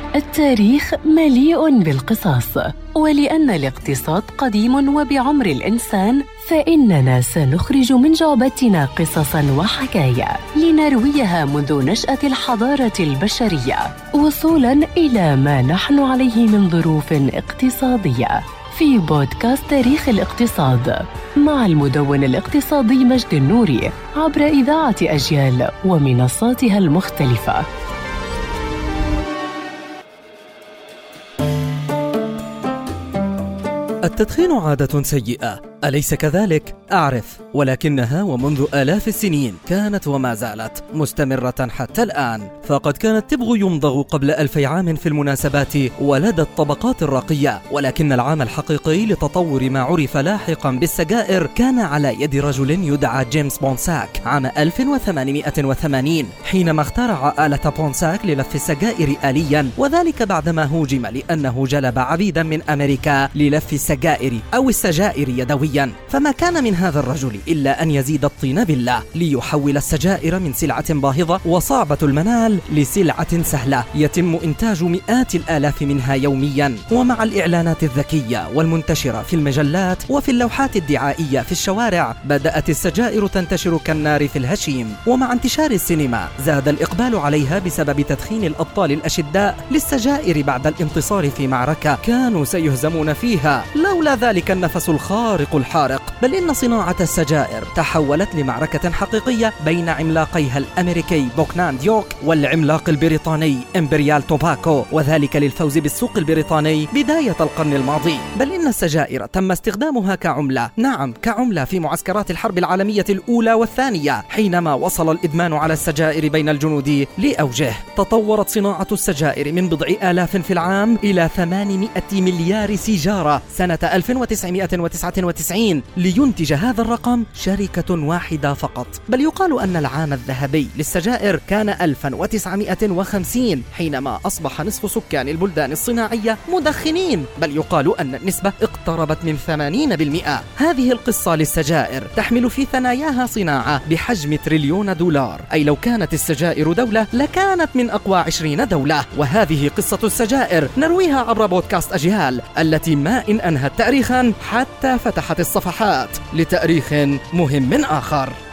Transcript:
التاريخ مليء بالقصص، ولأن الاقتصاد قديم وبعمر الإنسان، فإننا سنخرج من جعبتنا قصصاً وحكايا لنرويها منذ نشأة الحضارة البشرية وصولاً إلى ما نحن عليه من ظروف اقتصادية. في بودكاست تاريخ الاقتصاد مع المدون الاقتصادي مجد النوري عبر إذاعة أجيال ومنصاتها المختلفة. التدخين عادة سيئة، أليس كذلك؟ أعرف، ولكنها ومنذ آلاف السنين كانت وما زالت مستمرة حتى الآن. فقد كان التبغ يمضغ قبل 2000 عام في المناسبات ولدى الطبقات الراقية، ولكن العام الحقيقي لتطور ما عرف لاحقا بالسجائر كان على يد رجل يدعى جيمس بونساك عام 1880 حينما اخترع آلة بونساك للف السجائر آليا، وذلك بعدما هوجم لأنه جلب عبيدا من أمريكا للف السجائر أو السجائر يدويا. فما كان من هذا الرجل إلا أن يزيد الطين بالله ليحول السجائر من سلعة باهظة وصعبة المنال لسلعة سهلة يتم إنتاج مئات الآلاف منها يوميا. ومع الإعلانات الذكية والمنتشرة في المجلات وفي اللوحات الدعائية في الشوارع، بدأت السجائر تنتشر كالنار في الهشيم. ومع انتشار السينما زاد الإقبال عليها بسبب تدخين الأبطال الأشداء للسجائر بعد الانتصار في معركة كانوا سيهزمون فيها لولا ذلك النفس الخارق الحارق. بل إن صناعة السجائر تحولت لمعركة حقيقية بين عملاقيها الأمريكي بوكنان ديوك والعملاق البريطاني إمبريال توباكو، وذلك للفوز بالسوق البريطاني بداية القرن الماضي. بل إن السجائر تم استخدامها كعملة، نعم كعملة، في معسكرات الحرب العالمية الأولى والثانية حينما وصل الإدمان على السجائر بين الجنود لأوجه. تطورت صناعة السجائر من بضع آلاف في العام إلى 800 مليار سيجارة سنة 1999 لينتج هذا الرقم شركة واحدة فقط. بل يقال أن العام الذهبي للسجائر كان 1950 حينما أصبح نصف سكان البلدان الصناعية مدخنين، بل يقال أن النسبة اقتربت من 80%. هذه القصة للسجائر تحمل في ثناياها صناعة بحجم تريليون دولار، أي لو كانت السجائر دولة لكانت من أقوى 20 دولة. وهذه قصة السجائر نرويها عبر بودكاست أجيال التي ما إن أنهت تاريخا حتى فتحت الصفحات لتاريخ مهم آخر.